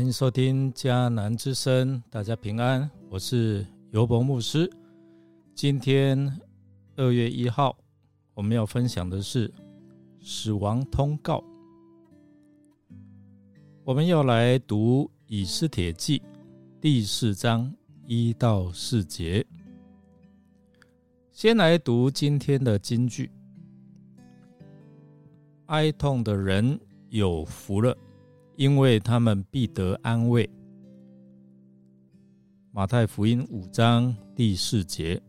欢迎收听迦南之声，大家平安，我是尤伯牧师。今天2月1号，我们要分享的是死亡通告。我们要来读以斯帖记第4章1到4节。先来读今天的金句：哀痛的人有福了，因为他们必得安慰。马太福音5章第4节。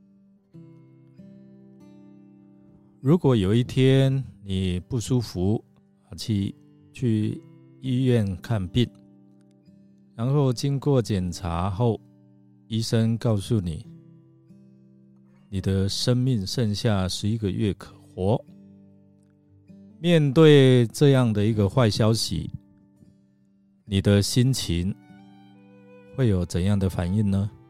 如果有一天你不舒服，去医院看病，然后经过检查后，医生告诉你，你的生命剩下11个月可活。面对这样的一个坏消息，你的心情会有怎样的反应呢？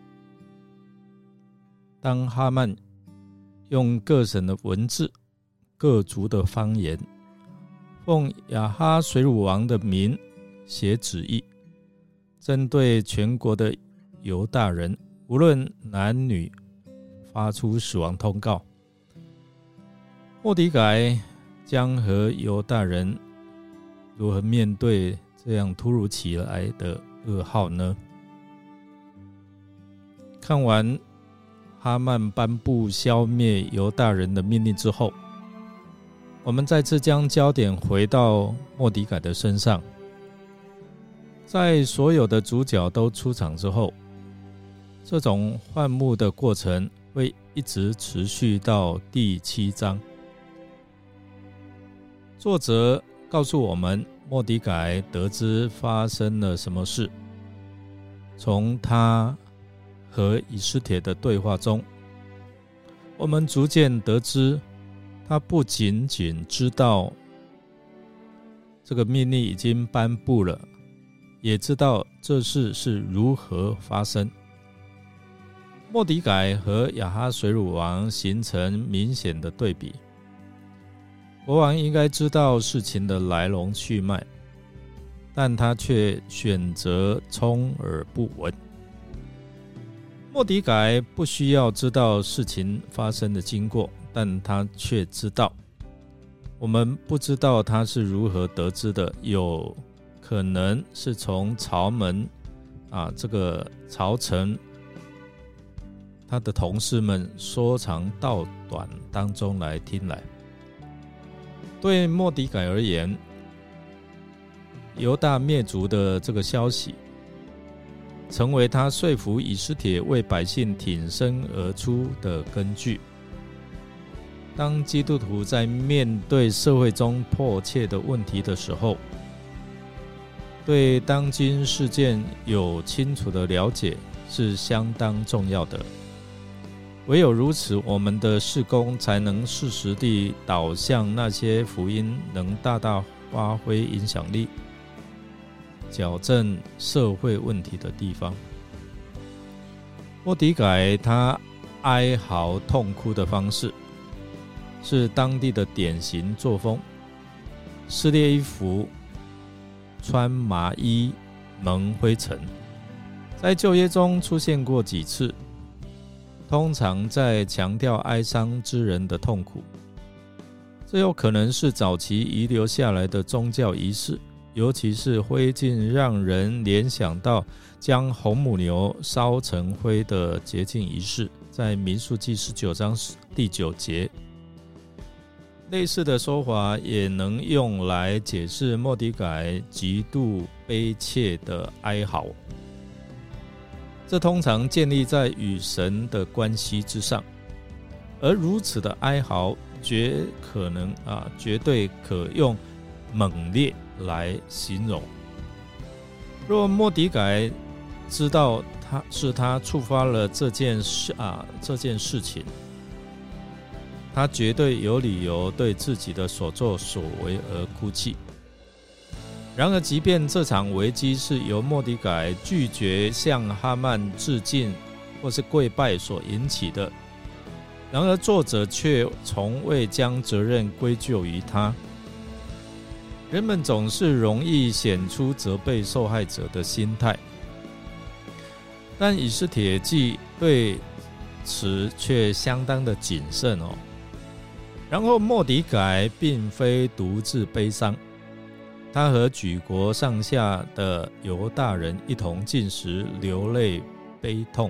当哈曼用各省的文字、各族的方言，奉亚哈水鲁王的名写旨意，针对全国的犹大人，无论男女，发出死亡通告。末底改将和犹大人如何面对这样突如其来的噩耗呢？看完哈曼颁布消灭犹大人的命令之后，我们再次将焦点回到末底改的身上。在所有的主角都出场之后，这种幻幕的过程会一直持续到第7章。作者告诉我们，末底改得知发生了什么事。从他和以斯帖的对话中，我们逐渐得知，他不仅仅知道这个命令已经颁布了，也知道这事是如何发生。末底改和亚哈水鲁王形成明显的对比。国王应该知道事情的来龙去脉，但他却选择充耳不闻。末底改不需要知道事情发生的经过，但他却知道。我们不知道他是如何得知的，有可能是从朝门这个朝臣他的同事们说长道短当中来听来。对末底改而言，犹大灭族的这个消息成为他说服以斯帖为百姓挺身而出的根据。当基督徒在面对社会中迫切的问题的时候，对当今事件有清楚的了解是相当重要的。唯有如此，我们的事工才能适时地导向那些福音能大大发挥影响力、矫正社会问题的地方。末底改他哀嚎痛哭的方式是当地的典型作风，撕裂衣服，穿麻衣，蒙灰尘，在旧约中出现过几次，通常在强调哀伤之人的痛苦。这有可能是早期遗留下来的宗教仪式，尤其是灰烬让人联想到将红母牛烧成灰的洁净仪式，在民数记19章第9节。类似的说法也能用来解释末底改极度悲切的哀嚎，这通常建立在与神的关系之上，而如此的哀嚎绝对可用猛烈来形容。若末底改知道他触发了这件事情，他绝对有理由对自己的所作所为而哭泣。然而，即便这场危机是由末底改拒绝向哈曼致敬或是跪拜所引起的，然而作者却从未将责任归咎于他。 人们总是容易显出责备受害者的心态，但以斯帖记对此却相当的谨慎哦。然后末底改并非独自悲伤，他和举国上下的犹大人一同进食，流泪悲痛。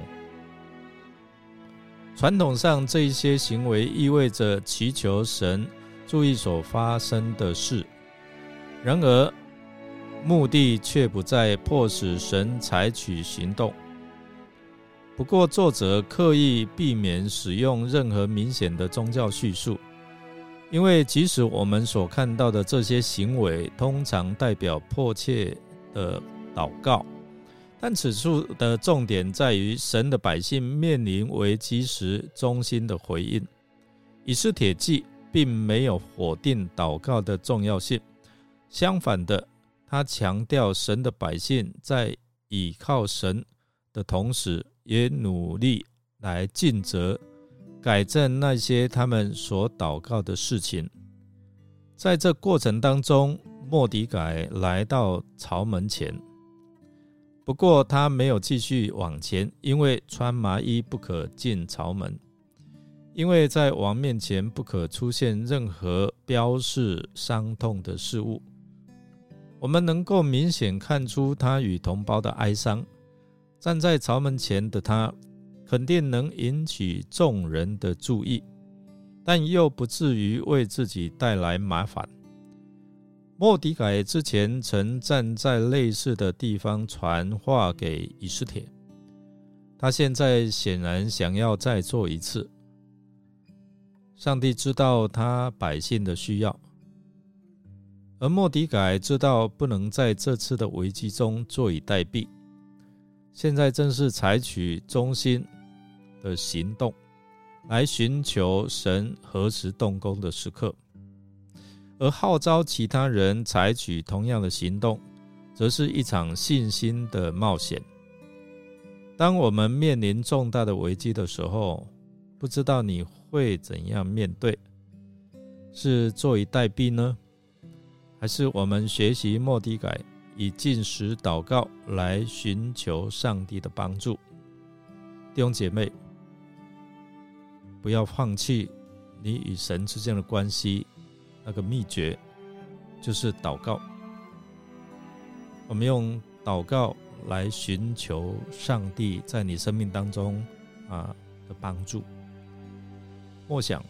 传统上，这一些行为意味着祈求神注意所发生的事，然而目的却不在迫使神采取行动。不过作者刻意避免使用任何明显的宗教叙述，因为即使我们所看到的这些行为通常代表迫切的祷告，但此处的重点在于神的百姓面临危机时衷心的回应。以斯帖记并没有否定祷告的重要性，相反的，他强调神的百姓在倚靠神的同时，也努力来尽责改正那些他们所祷告的事情。在这过程当中，末底改来到朝门前，不过他没有继续往前，因为穿麻衣不可进朝门，因为在王面前不可出现任何标示伤痛的事物。我们能够明显看出他与同胞的哀伤。站在朝门前的他肯定能引起众人的注意，但又不至于为自己带来麻烦。末底改之前曾站在类似的地方传话给以斯帖，他现在显然想要再做一次。上帝知道他百姓的需要，而末底改知道不能在这次的危机中坐以待毙，现在正是采取忠心的行动来寻求神何时动工的时刻，而号召其他人采取同样的行动，则是一场信心的冒险。当我们面临重大的危机的时候，不知道你会怎样面对，是坐以待毙呢，还是我们学习末底改，以禁食祷告来寻求上帝的帮助？弟兄姐妹，不要放弃你与神之间的关系，那个秘诀就是祷告。我们用祷告来寻求上帝在你生命当中的帮助。默想，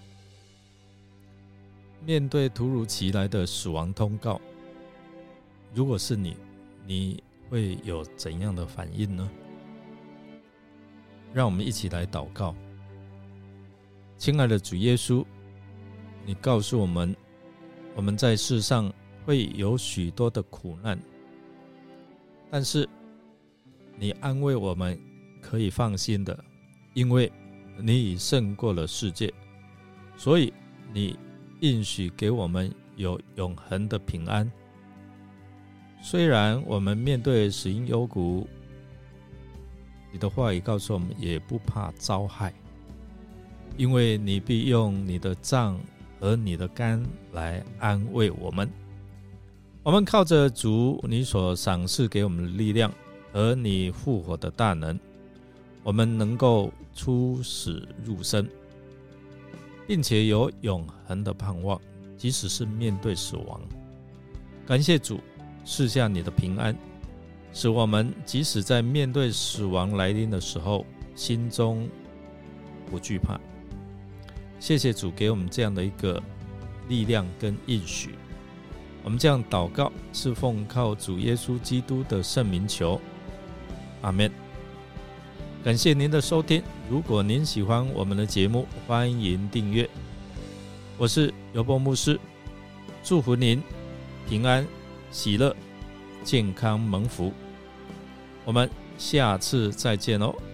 面对突如其来的死亡通告，如果是你会有怎样的反应呢？让我们一起来祷告。亲爱的主耶稣，你告诉我们，我们在世上会有许多的苦难，但是你安慰我们可以放心的，因为你已胜过了世界，所以你应许给我们有永恒的平安。虽然我们面对死荫幽谷，你的话语告诉我们也不怕遭害，因为你必用你的杖和你的竿来安慰我们。我们靠着主你所赏赐给我们的力量和你复活的大能，我们能够出死入生，并且有永恒的盼望，即使是面对死亡。感谢主赐下你的平安，使我们即使在面对死亡来临的时候，心中不惧怕。谢谢主给我们这样的一个力量跟应许。我们这样祷告是奉靠主耶稣基督的圣名求，阿们。感谢您的收听，如果您喜欢我们的节目，欢迎订阅。我是尤伯牧师，祝福您平安喜乐健康蒙福，我们下次再见哦。